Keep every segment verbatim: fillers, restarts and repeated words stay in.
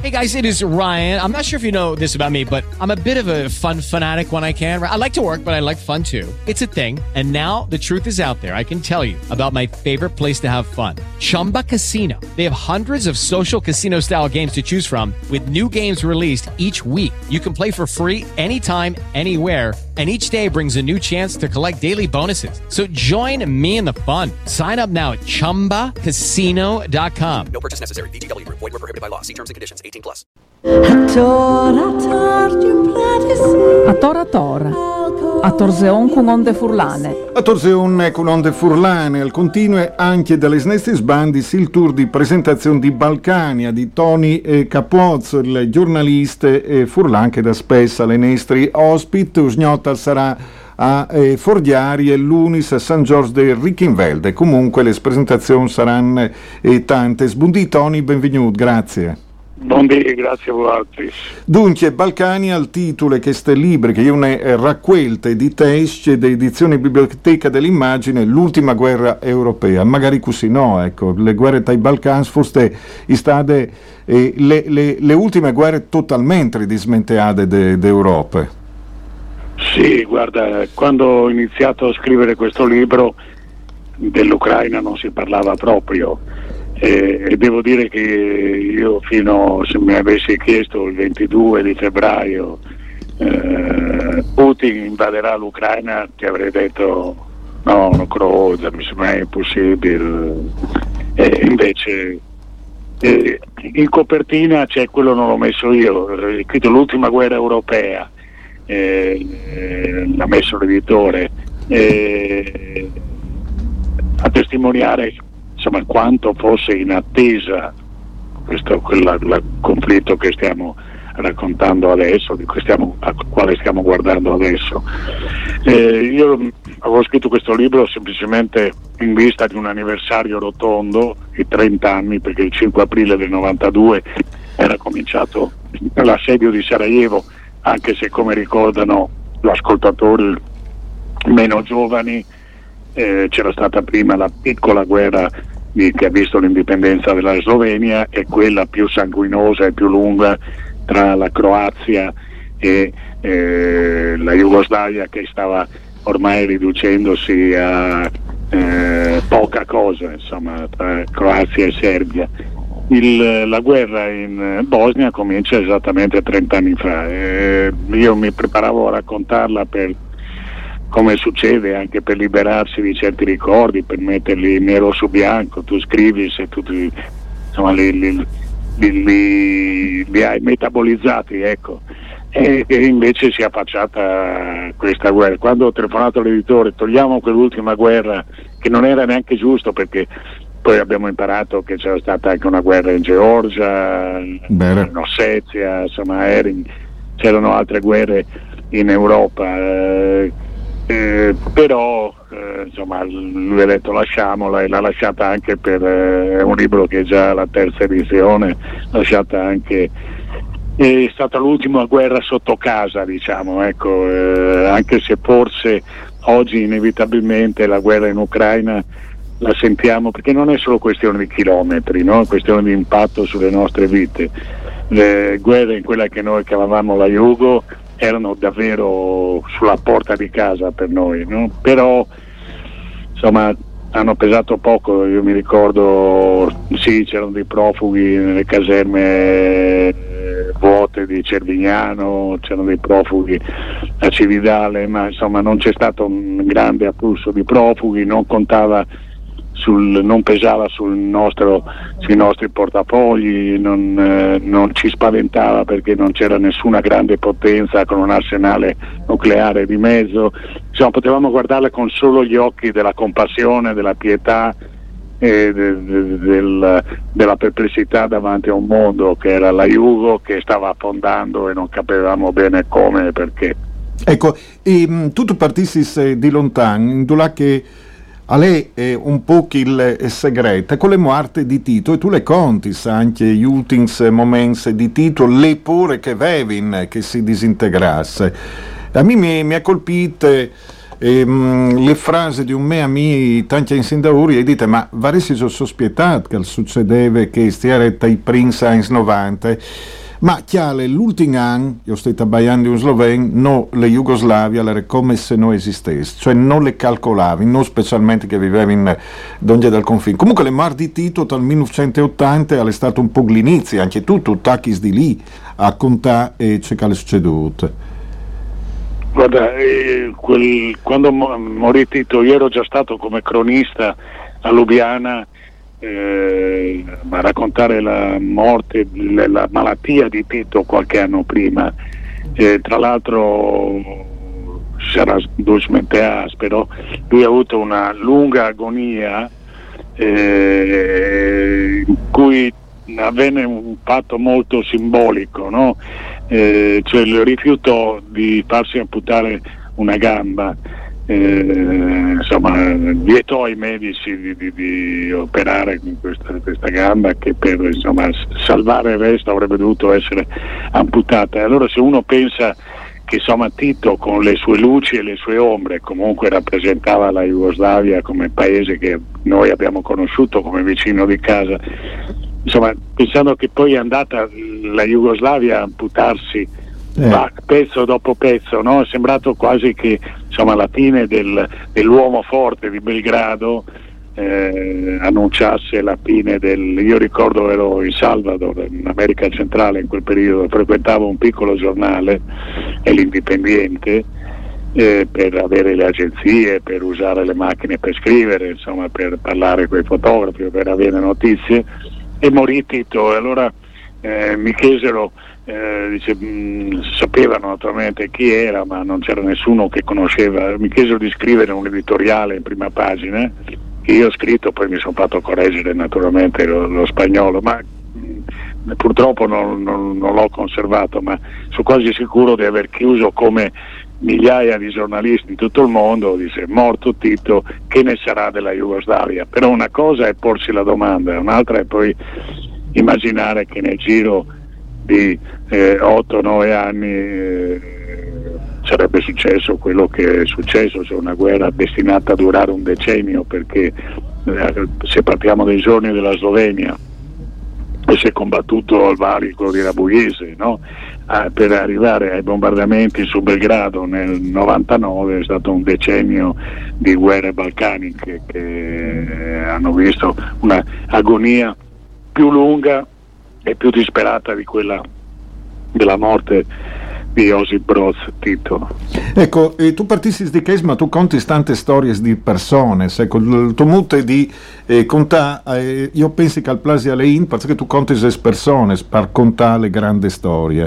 Hey guys, it is Ryan. I'm not sure if you know this about me, but I'm a bit of a fun fanatic when I can. I like to work, but I like fun too. It's a thing. And now the truth is out there. I can tell you about my favorite place to have fun. Chumba Casino. They have hundreds of social casino style games to choose from with new games released each week. You can play for free anytime, anywhere. And each day brings a new chance to collect daily bonuses. So join me in the fun. Sign up now at chumba casino dot com. No purchase necessary. V G W Group. Void where prohibited by law. See terms and conditions. eighteen plus. A tora tora, a torseon con onde furlane. A torseon con onde furlane, al continue anche dalle snestes bandis il tour di presentazione di Balcania di Tony eh, Capozzo, il giornalista eh, furlan che da spessa le nestri ospit, usgnota sarà a eh, Fordiari e l'Unis a San Giorgio de Richinvelde. Comunque le presentazioni saranno eh, tante. Sbuondì Tony, benvenuto, grazie. Buondì, grazie a voi. Dunque, Balcania, il titolo che ste libri, che è una raccolta di testi di edizione Biblioteca dell'Immagine, l'ultima guerra europea. Magari così no, ecco, le guerre tra i Balcani foste state eh, le, le, le ultime guerre totalmente dismenteate d'Europa. Sì, guarda, quando ho iniziato a scrivere questo libro dell'Ucraina non si parlava proprio. E, e devo dire che io fino, se mi avessi chiesto il ventidue di febbraio eh, Putin invaderà l'Ucraina, ti avrei detto no, non credo, mi sembra impossibile. E invece eh, in copertina c'è, quello non l'ho messo io, ho scritto l'ultima guerra europea, eh, eh, l'ha messo l'editore, eh, a testimoniare insomma quanto fosse in attesa questo quella, la, conflitto che stiamo raccontando adesso, di cui stiamo, a quale stiamo guardando adesso. Eh, io avevo scritto questo libro semplicemente in vista di un anniversario rotondo, i trenta anni, perché il cinque aprile del novantadue era cominciato l'assedio di Sarajevo, anche se, come ricordano gli ascoltatori meno giovani, eh, c'era stata prima la piccola guerra di, che ha visto l'indipendenza della Slovenia, e quella più sanguinosa e più lunga tra la Croazia e eh, la Jugoslavia, che stava ormai riducendosi a eh, poca cosa, insomma, tra Croazia e Serbia. Il, la guerra in Bosnia comincia esattamente trent'anni fa. Eh, io mi preparavo a raccontarla per, come succede, anche per liberarsi di certi ricordi, per metterli nero su bianco. Tu scrivi, se tu ti, insomma, li, li, li, li, li hai metabolizzati, ecco. E, e invece si è affacciata questa guerra. Quando ho telefonato all'editore, togliamo quell'ultima guerra, che non era neanche giusto, perché poi abbiamo imparato che c'era stata anche una guerra in Georgia, Bene. in Ossetia, insomma, in, c'erano altre guerre in Europa, eh, eh, però eh, insomma lui ha detto lasciamola, e l'ha lasciata anche per eh, un libro che è già la terza edizione, lasciata anche, è stata l'ultima guerra sotto casa, diciamo, ecco, eh, anche se forse oggi inevitabilmente la guerra in Ucraina la sentiamo, perché non è solo questione di chilometri, no? È questione di impatto sulle nostre vite. Le guerre in quella che noi chiamavamo la Jugo erano davvero sulla porta di casa per noi, no? Però insomma hanno pesato poco. Io mi ricordo, sì, c'erano dei profughi nelle caserme vuote di Cervignano, c'erano dei profughi a Cividale, ma insomma non c'è stato un grande afflusso di profughi, non contava sul, non pesava sul nostro, sui nostri portafogli, non, eh, non ci spaventava, perché non c'era nessuna grande potenza con un arsenale nucleare di mezzo. Insomma, potevamo guardarla con solo gli occhi della compassione, della pietà e de, de, del, della perplessità davanti a un mondo che era la Jugo, che stava affondando e non capivamo bene come e perché. Ecco, e, tu partissi di lontano, in là che a lei è un po' il segreto con le morte di Tito, e tu le conti anche gli ultimi momenti di Tito, le pure che vevin che si disintegrasse. A me mi, mi ha colpito e, mh, le frasi di un mio amico tanti in Sindauri e dite ma varesi sono sospettato che succedeva che stiare ai Prince anni novanta, ma chiale l'ultimo anno io sto abbagliando un sloven no le Jugoslavia era come se non esistesse, cioè non le calcolavi, non specialmente che vivevi in donde dal confine. Comunque le mar di Tito dal millenovecentottanta è stato un po' l'inizio, anche tu tu tacchis di lì a contare e c'è che è succeduto. Guarda, eh, quel, quando mo- morì Tito io ero già stato come cronista a Lubiana Eh, a raccontare la morte, la malattia di Tito qualche anno prima. Eh, tra l'altro sarà dolcemente aspero, lui ha avuto una lunga agonia eh, in cui avvenne un fatto molto simbolico, no? Eh, cioè il rifiuto di farsi amputare una gamba. Eh, insomma vietò ai medici di, di, di operare con questa, questa gamba che per insomma salvare il resto avrebbe dovuto essere amputata. E allora se uno pensa che insomma Tito con le sue luci e le sue ombre comunque rappresentava la Jugoslavia come paese che noi abbiamo conosciuto come vicino di casa, insomma pensando che poi è andata la Jugoslavia a amputarsi Eh. Va, pezzo dopo pezzo, no? È sembrato quasi che insomma la fine del, dell'uomo forte di Belgrado eh, annunciasse la fine del... Io ricordo ero in Salvador, in America Centrale in quel periodo, frequentavo un piccolo giornale, è l'Indipendiente, eh, per avere le agenzie, per usare le macchine per scrivere, insomma per parlare con i fotografi, per avere notizie, e morì Tito. E allora eh, mi chiesero Eh, dice, mh, sapevano naturalmente chi era, ma non c'era nessuno che conosceva. Mi chiesero di scrivere un editoriale in prima pagina che io ho scritto, poi mi sono fatto correggere naturalmente lo, lo spagnolo, ma mh, purtroppo non, non, non l'ho conservato, ma sono quasi sicuro di aver chiuso come migliaia di giornalisti di tutto il mondo. Dice morto Tito, che ne sarà della Jugoslavia? Però una cosa è porsi la domanda, un'altra è poi immaginare che nel giro di eh, otto nove anni eh, sarebbe successo quello che è successo, cioè una guerra destinata a durare un decennio, perché eh, se partiamo dai giorni della Slovenia e si è combattuto al valico di Rabuiese, no? Ah, per arrivare ai bombardamenti su Belgrado nel novantanove è stato un decennio di guerre balcaniche che hanno visto una agonia più lunga e più disperata di quella della morte di Josip Broz Tito. Ecco, e tu partissi di case, ma tu conti tante storie di persone, ecco, il tuo mute di eh, contare, eh, io penso che al Plasi Alein, perché tu conti le persone per contare le grandi storie.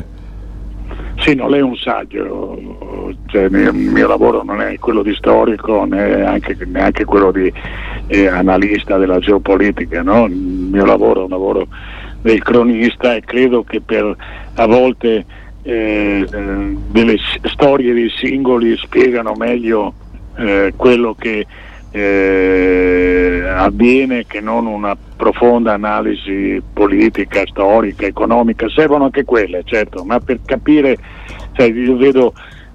Sì, non è un saggio, cioè, il, mio, il mio lavoro non è quello di storico, né anche, neanche quello di eh, analista della geopolitica, no? Il mio lavoro è un lavoro del cronista, e credo che per a volte eh, delle storie di singoli spiegano meglio eh, quello che eh, avviene che non una profonda analisi politica, storica, economica. Servono anche quelle, certo, ma per capire, cioè, io vedo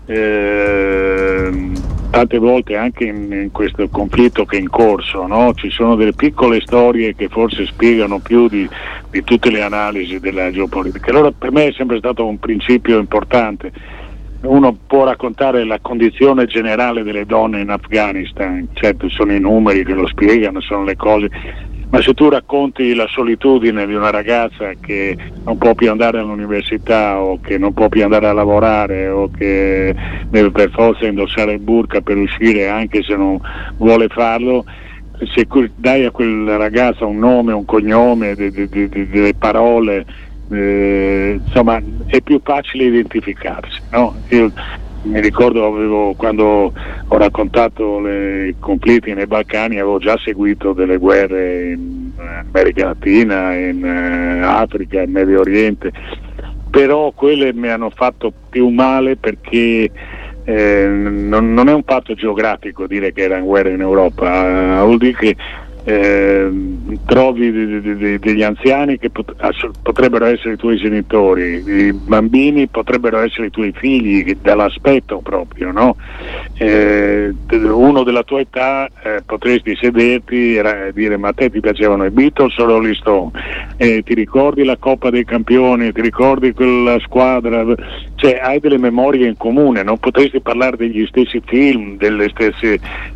eh, tante volte anche in, in questo conflitto che è in corso, no? Ci sono delle piccole storie che forse spiegano più di, di tutte le analisi della geopolitica. Allora per me è sempre stato un principio importante. Uno può raccontare la condizione generale delle donne in Afghanistan, certo sono i numeri che lo spiegano, sono le cose, ma se tu racconti la solitudine di una ragazza che non può più andare all'università, o che non può più andare a lavorare, o che deve per forza indossare il burqa per uscire anche se non vuole farlo, se dai a quella ragazza un nome, un cognome, de, de, de, de, delle parole, eh, insomma è più facile identificarsi, no? Io mi ricordo avevo, quando ho raccontato le, i conflitti nei Balcani, avevo già seguito delle guerre in America Latina, in eh, Africa, in Medio Oriente, però quelle mi hanno fatto più male perché eh, non, non è un fatto geografico dire che erano guerre in Europa, eh, vuol dire che eh, trovi de, de, de, degli anziani che pot- potrebbero essere i tuoi genitori, i bambini potrebbero essere i tuoi figli, dall'aspetto proprio, no? Eh, uno della tua età eh, potresti sederti e dire: ma a te ti piacevano i Beatles o Rolling Stone? Eh, ti ricordi la Coppa dei Campioni, ti ricordi quella squadra, cioè hai delle memorie in comune, non potresti parlare degli stessi film, delle stesse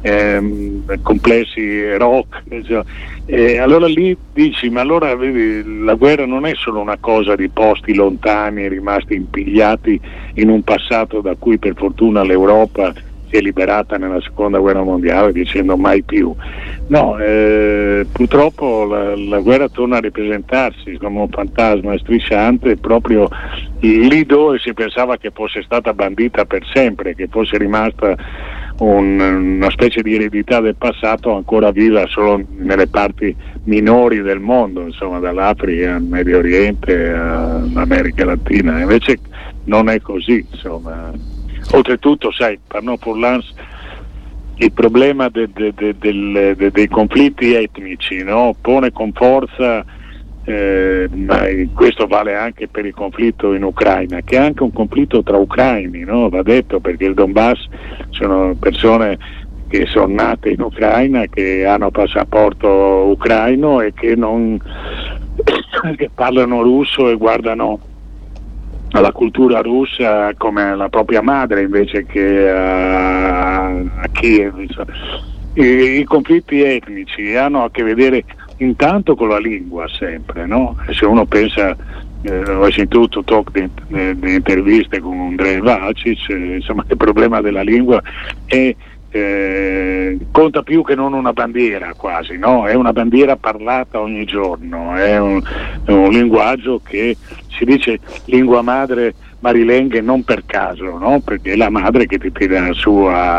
ehm, complessi rock, cioè, eh, allora lì dici: ma allora vedi, la guerra non è solo una cosa di posti lontani rimasti impigliati in un passato da cui per fortuna l'Europa si è liberata nella seconda guerra mondiale dicendo mai più. No, eh, purtroppo la, la guerra torna a ripresentarsi come un fantasma strisciante proprio lì dove si pensava che fosse stata bandita per sempre, che fosse rimasta un, una specie di eredità del passato ancora viva solo nelle parti minori del mondo, insomma dall'Africa al Medio Oriente all'America Latina. Invece non è così, insomma. Oltretutto, sai, per non Furlans, il problema de, de, de, de, de, dei conflitti etnici, no? Pone con forza, eh, ma questo vale anche per il conflitto in Ucraina, che è anche un conflitto tra ucraini, no? Va detto, perché il Donbass sono persone che sono nate in Ucraina, che hanno passaporto ucraino e che non che parlano russo e guardano alla cultura russa come la propria madre invece che a, a Kiev. I, I conflitti etnici hanno a che vedere intanto con la lingua sempre, no? Se uno pensa, eh, ho sentito talk di, di, di interviste con Andrei Valcic, eh, insomma il problema della lingua è Eh, conta più che non una bandiera quasi, no? È una bandiera parlata ogni giorno, è un, è un linguaggio che si dice lingua madre marilenghe non per caso, no? Perché è la madre che ti tira su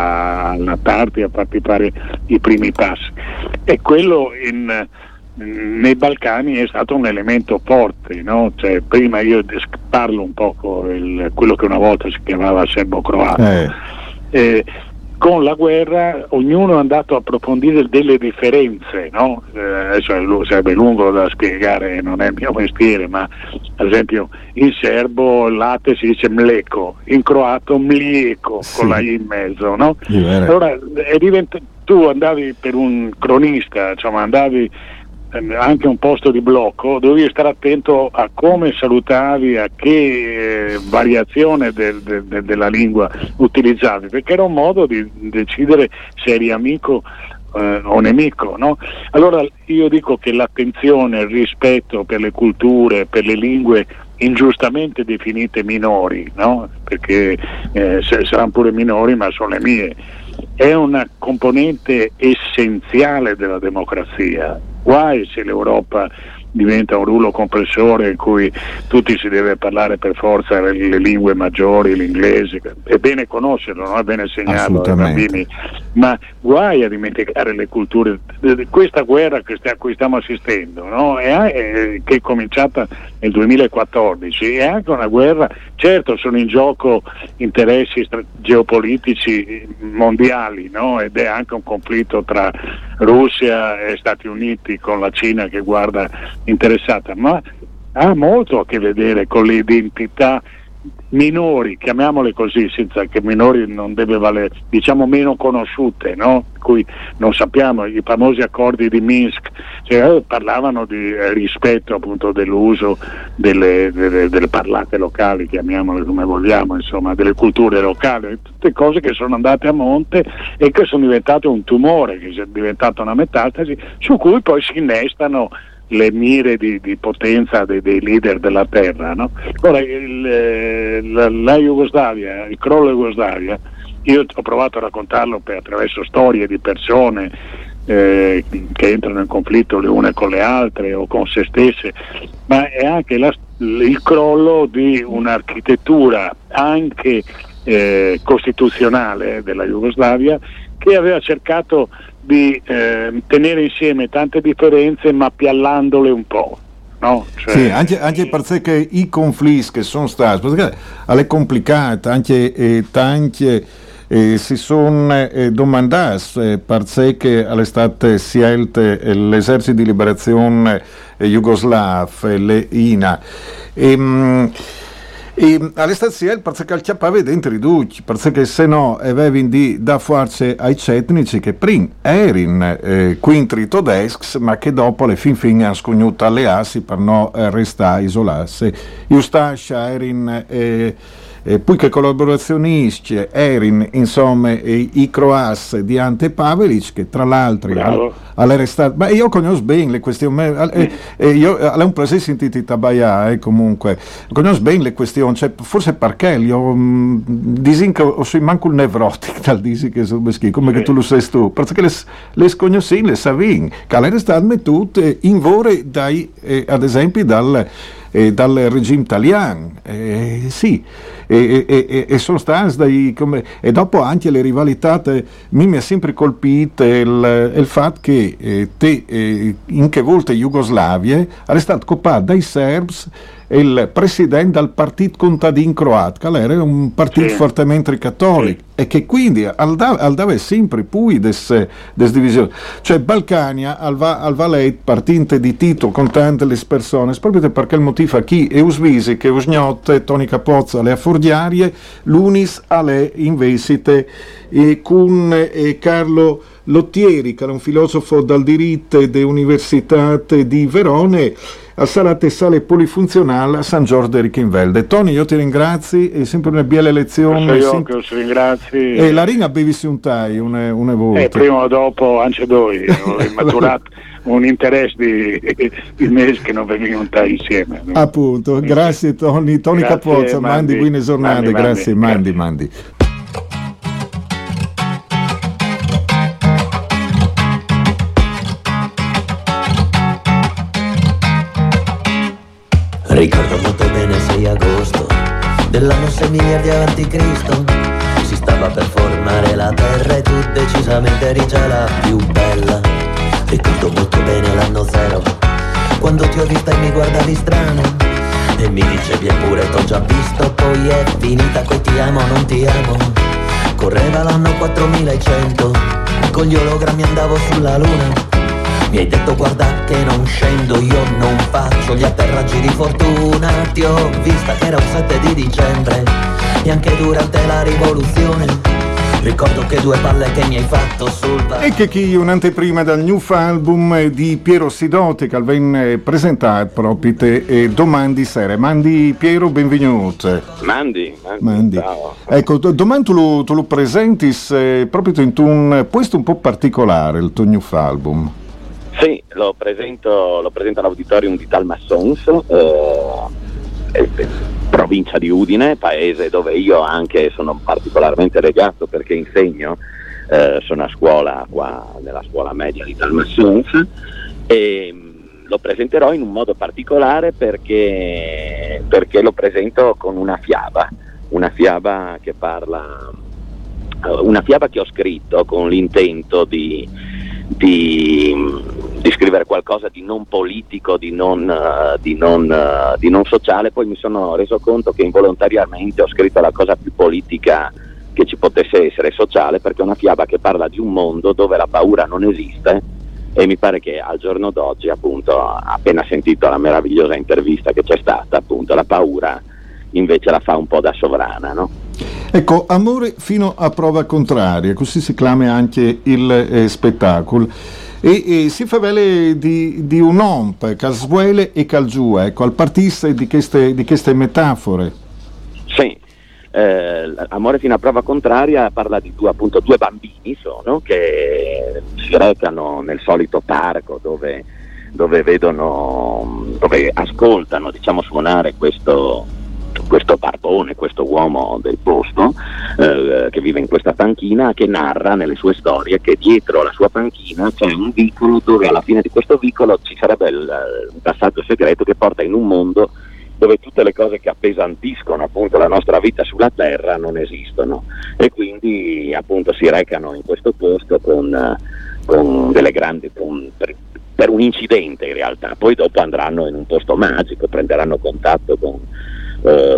a allattarti, a farti fare i primi passi, e quello in, nei Balcani è stato un elemento forte, no? Cioè, prima io parlo un poco il, quello che una volta si chiamava serbo-croato. Eh. Eh, Con la guerra ognuno è andato a approfondire delle differenze, no? Eh, adesso sarebbe lungo da spiegare, non è il mio mestiere, ma ad esempio in serbo il latte si dice mleko, in croato mlijeko, sì, con la i in mezzo, no? Allora è divent- tu andavi per un cronista, insomma andavi anche un posto di blocco, dovevi stare attento a come salutavi, a che eh, variazione del, del, del, della lingua utilizzavi, perché era un modo di decidere se eri amico eh, o nemico, no? Allora io dico che l'attenzione, il rispetto per le culture, per le lingue ingiustamente definite minori, no? Perché eh, saranno pure minori ma sono le mie, è una componente essenziale della democrazia. Guai se l'Europa diventa un rullo compressore in cui tutti si deve parlare per forza le, le lingue maggiori, l'inglese, è bene conoscerlo, no? È bene segnarlo ai bambini, ma guai a dimenticare le culture. Questa guerra che sta, a cui stiamo assistendo, no? è, è, che è cominciata nel duemilaquattordici, è anche una guerra, certo sono in gioco interessi stra- geopolitici mondiali, no? Ed è anche un conflitto tra Russia e Stati Uniti, con la Cina che guarda interessata, ma ha molto a che vedere con le identità minori, chiamiamole così, senza che minori non deve valere, diciamo meno conosciute, no? Cui non sappiamo, i famosi accordi di Minsk, cioè, parlavano di eh, rispetto appunto dell'uso delle, delle, delle parlate locali, chiamiamole come vogliamo, insomma, delle culture locali, tutte cose che sono andate a monte e che sono diventate un tumore, che è diventata una metastasi su cui poi si innestano le mire di, di potenza dei, dei leader della terra, no? Ora il, la, la Jugoslavia, il crollo Jugoslavia, io ho provato a raccontarlo per, attraverso storie di persone eh, che entrano in conflitto le une con le altre o con se stesse, ma è anche la, il crollo di un'architettura anche eh, costituzionale della Jugoslavia, che aveva cercato di eh, tenere insieme tante differenze ma piallandole un po', no? Cioè, sì, anche, anche perché i conflitti che sono stati, perché è complicato, anche eh, tante E si sono eh, domandati eh, perché all'estate scelte eh, l'esercito di liberazione eh, jugoslav, eh, le I N A. E, mh, e all'estate scelte perché il chiappava dentro i duci, perché se no avevano di da farci ai cetnici che prima erano eh, quintri tedeschi, ma che dopo alle fin fine hanno scognuto allearsi per non eh, restare isolati. Justascia erano eh, Eh, poi che collaborazionisti erano insomma eh, i croas di Ante Pavelic, che tra l'altro all'arrestato, ma io conosco bene le questioni, eh, eh, io è un piacere sentiti Tabaia, eh, comunque conosco bene le questioni, cioè, forse perché io mh, disin che ho sui manco il nevrotic dal disi che sono beschi, come sì. Che tu lo sai tu, perché le, le scognossin, le savin, che all'arrestato mettute in vore dai, eh, ad esempio dal E dal regime italiano, eh, sì, e, e, e sono stati dai, come, e dopo anche le rivalità, mi, mi ha sempre colpito il, il fatto che eh, te, eh, in che volte Jugoslavia è stato coppato dai serbs il presidente del partito contadino croato, che era un partito sì. fortemente cattolico, sì. E che quindi andava sempre poi des, des divisioni, cioè Balcania al va al valet partinte di Tito con tante le persone, proprio perché il motivo a chi è usvisi che usgnotte Toni Capozza le affordiarie l'unis alle invesite e con e Carlo Lottieri, che era un filosofo dal diritto dell'Università di Verone, a Salate Sale Polifunzionale a San Giorgio de Richenvelde. Tony, io ti ringrazio, è sempre una bella lezione. Io sempre... che ti ringrazi. E la ringa bevi un tai, una, una volta. Eh, prima o dopo, anche noi, ho maturato un interesse di, di mesi che non veniva un tai insieme. No? Appunto, grazie Tony. Tony Capozza, mandi, mandi buone giornate, mandi, grazie, mandi, mandi. mandi. Ricordo molto bene sei agosto dell'anno sei miliardi avanti Cristo. Si stava per formare la terra e tu decisamente eri già la più bella. Ricordo molto bene l'anno zero, quando ti ho vista e mi guardavi strano e mi dicevi eppure t'ho già visto, poi è finita quei ti amo non ti amo. Correva l'anno quattromilacento, con gli ologrammi andavo sulla luna. Mi hai detto guarda che non scendo, io non faccio gli atterraggi di fortuna. Ti ho vista che era un sette di dicembre e anche durante la rivoluzione. Ricordo che due palle che mi hai fatto sul bar. E che chi un'anteprima dal new album di Piero Sidoti che venne presentato proprio te e domani sera. Mandi Piero, benvenuto. Mandi, mandi. mandi. Ciao. Ecco, domani tu lo, tu lo presenti eh, proprio in un posto un po' particolare, il tuo new album. Sì, lo presento, lo presento all'auditorium di Talmassons, eh, provincia di Udine, paese dove io anche sono particolarmente legato perché insegno, eh, sono a scuola qua nella scuola media di Talmassons e lo presenterò in un modo particolare perché, perché lo presento con una fiaba, una fiaba che parla, una fiaba che ho scritto con l'intento di Di, di scrivere qualcosa di non politico, di non, uh, di, non, uh, di non sociale. Poi mi sono reso conto che involontariamente ho scritto la cosa più politica che ci potesse essere, sociale, perché è una fiaba che parla di un mondo dove la paura non esiste e mi pare che al giorno d'oggi, appunto, appena sentito la meravigliosa intervista che c'è stata, appunto, la paura invece la fa un po' da sovrana, no? Ecco, amore fino a prova contraria, così si chiama anche il eh, spettacolo. E, e si fa vele di, di un omp, Calzuele e Calgiua, ecco, al partire di queste, di queste metafore. Sì, eh, amore fino a prova contraria parla di due, appunto, due bambini sono che si recano nel solito parco dove, dove vedono, dove ascoltano, diciamo, suonare questo questo barbone, questo uomo del posto eh, che vive in questa panchina, che narra nelle sue storie che dietro la sua panchina c'è un vicolo dove alla fine di questo vicolo ci sarebbe il, un passaggio segreto che porta in un mondo dove tutte le cose che appesantiscono appunto la nostra vita sulla terra non esistono e quindi appunto si recano in questo posto con, con delle grandi con, per, per un incidente in realtà, poi dopo andranno in un posto magico, prenderanno contatto con Uh,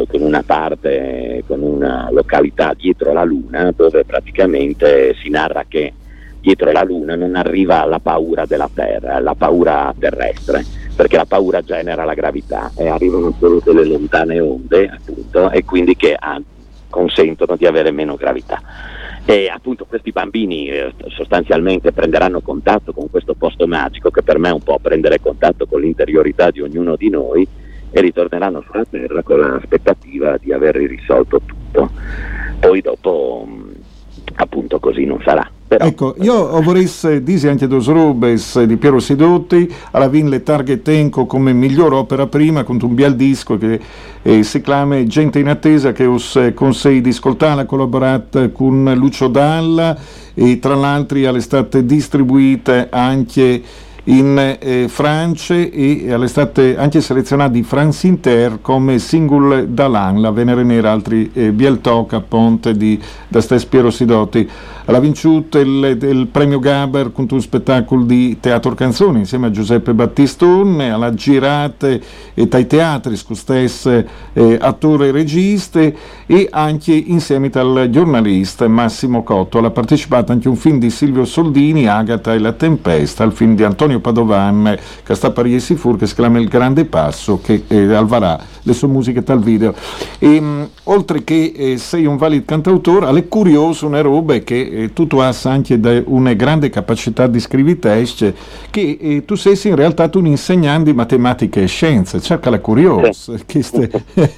con una parte, con una località dietro la Luna, dove praticamente si narra che dietro la Luna non arriva la paura della Terra, la paura terrestre, perché la paura genera la gravità e arrivano solo delle lontane onde, appunto, e quindi che ah, consentono di avere meno gravità. E appunto questi bambini eh, sostanzialmente prenderanno contatto con questo posto magico, che per me è un po' prendere contatto con l'interiorità di ognuno di noi, e ritorneranno sulla Terra con l'aspettativa di aver risolto tutto. Poi dopo mh, appunto così non sarà. Però, ecco, io vorrei dire anche dos robes di Piero Sidotti, alla vin le targhe tenco come miglior opera prima, con un bel disco che eh, si chiama Gente in attesa, che us consigli di ascoltare, ha collaborato con Lucio Dalla, e tra l'altro è stata distribuita anche in eh, Francia, e è stata anche selezionata di France Inter come single dall'anno, la Venere Nera, altri eh, Biel Toc a Ponte di da stesso Piero Sidotti. Ha vinto il, il premio Gaber con un spettacolo di teatro canzoni insieme a Giuseppe Battistone, alla girate e dai teatri con stesso eh, attore e registe, e anche insieme al giornalista Massimo Cotto. Ha partecipato anche a un film di Silvio Soldini, Agata e la Tempesta, al film di Antonio Padovan, che sta a Parigi Sifur, che si chiama Il Grande Passo, che eh, alvarà le sue musiche tal video. E, mh, oltre che eh, sei un valido cantautore, è curioso una roba che eh, tu, tu hai anche da una grande capacità di scrivitesce, che eh, tu sei in realtà un insegnante di matematica e scienze, cerca la curiosa, che ste...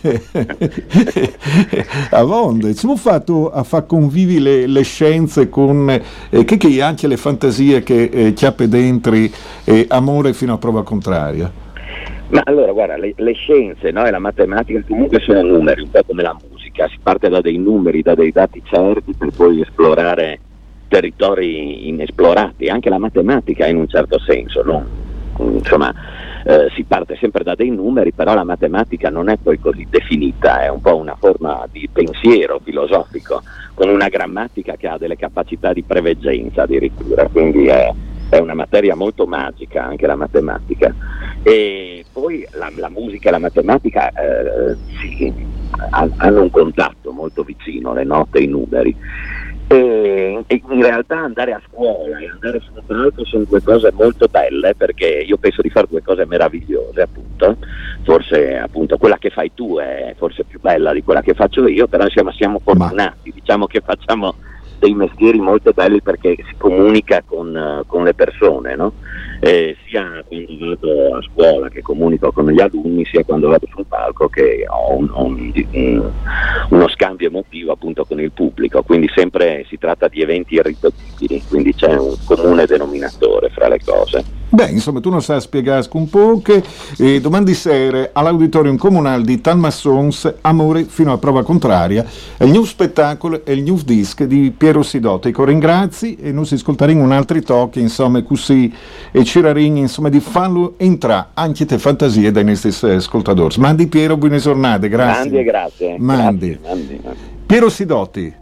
a vonde, ci abbiamo fatto a far convivi le, le scienze con eh, che, che anche le fantasie che eh, chiappe dentro eh, amore fino a prova contraria. Ma allora guarda, le, le scienze, no, e la matematica comunque sono numeri, un po' come la musica, si parte da dei numeri, da dei dati certi per poi esplorare territori inesplorati. Anche la matematica in un certo senso, no? Insomma, eh, si parte sempre da dei numeri, però la matematica non è poi così definita, è un po' una forma di pensiero filosofico, con una grammatica che ha delle capacità di preveggenza addirittura, quindi è, è una materia molto magica anche la matematica. E poi la, la musica e la matematica eh, sì, hanno un contatto molto vicino, le note e i numeri. E, e in realtà andare a scuola e andare sul palco sono due cose molto belle, perché io penso di fare due cose meravigliose, appunto. Forse appunto quella che fai tu è forse più bella di quella che faccio io, però insomma siamo fortunati, Ma... diciamo che facciamo dei mestieri molto belli perché si comunica con, uh, con le persone, no? Eh, sia quando vado a scuola che comunico con gli alunni, sia quando vado sul palco che ho un, un, un, uno scambio emotivo appunto con il pubblico, quindi sempre si tratta di eventi irripetibili, quindi c'è un comune denominatore fra le cose. Beh, insomma, tu non sai spiegare un po' che eh, domani sera all'auditorium comunale di Talmassons, Amore fino a prova contraria, è il new spettacolo e il new disc di Piero Sidotti. Ringrazi e noi si ascolteremo un altro tocco, insomma, così e Cirarini, insomma, di farlo entrare anche te fantasie dai nostri ascoltatori. Mandi Piero, buone giornate, grazie. Mandi e grazie. Mandi. Grazie, mandi, mandi. Piero Sidotti.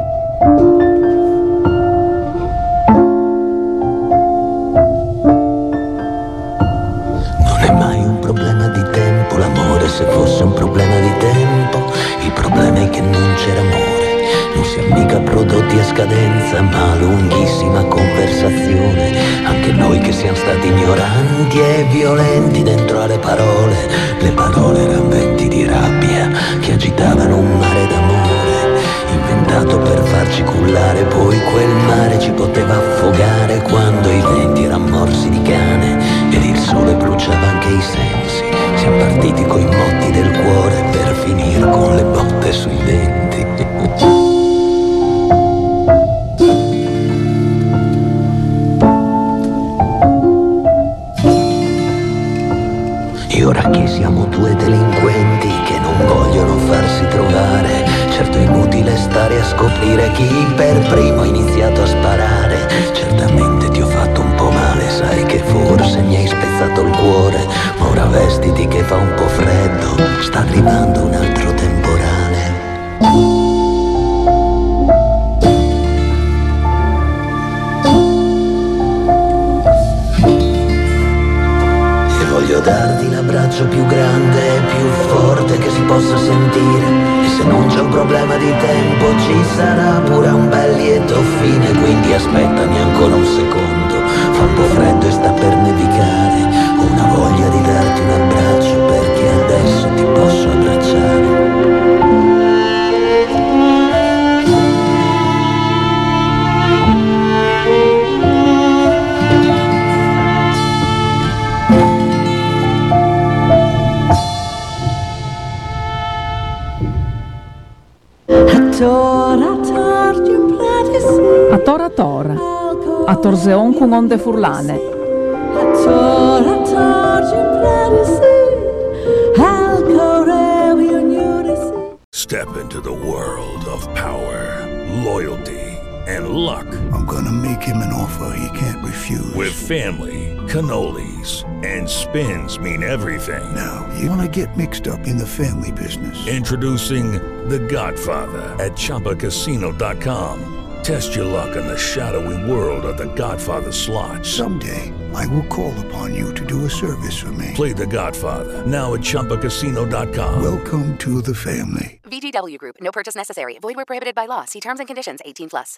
Se fosse un problema di tempo, il problema è che non c'era amore, non siamo mica prodotti a scadenza, ma lunghissima conversazione. Anche noi che siamo stati ignoranti e violenti dentro alle parole, le parole erano venti di rabbia che agitavano un mare d'amore, inventato per farci cullare, poi quel mare ci poteva affogare quando i venti erano morsi di cane ed il sole bruciava anche i sensi. Siamo partiti coi motti del cuore per finire con le botte sui denti. E ora che siamo due delinquenti che non vogliono farsi trovare, certo è inutile stare a scoprire chi per primo ha iniziato a sparare. Certamente ti ho fatto un po' male, sai che forse mi hai spezzato il cuore, ma ora vestiti che fa un po' freddo, sta arrivando un altro temporale. E voglio darti l'abbraccio l'abbraccio più grande e più forte che si possa sentire. E se non c'è un problema di tempo ci sarà pure un bel lieto fine. Quindi aspettami ancora un secondo, fa un po' freddo e sta per nevicare. Ho una voglia di darti un abbraccio perché adesso ti posso abbracciare. A tora tora, a torzeon con onde furlane. Step into the world of power, loyalty, and luck. I'm gonna make him an offer he can't refuse. With family, cannolis, and spins mean everything. Now, you wanna get mixed up in the family business. Introducing The Godfather at Chumba Casino dot com. Test your luck in the shadowy world of The Godfather slot. Someday, I will call upon you to do a service for me. Play The Godfather, now at Chumba Casino dot com. Welcome to the family. V G W Group. No purchase necessary. Void where prohibited by law. See terms and conditions. eighteen plus.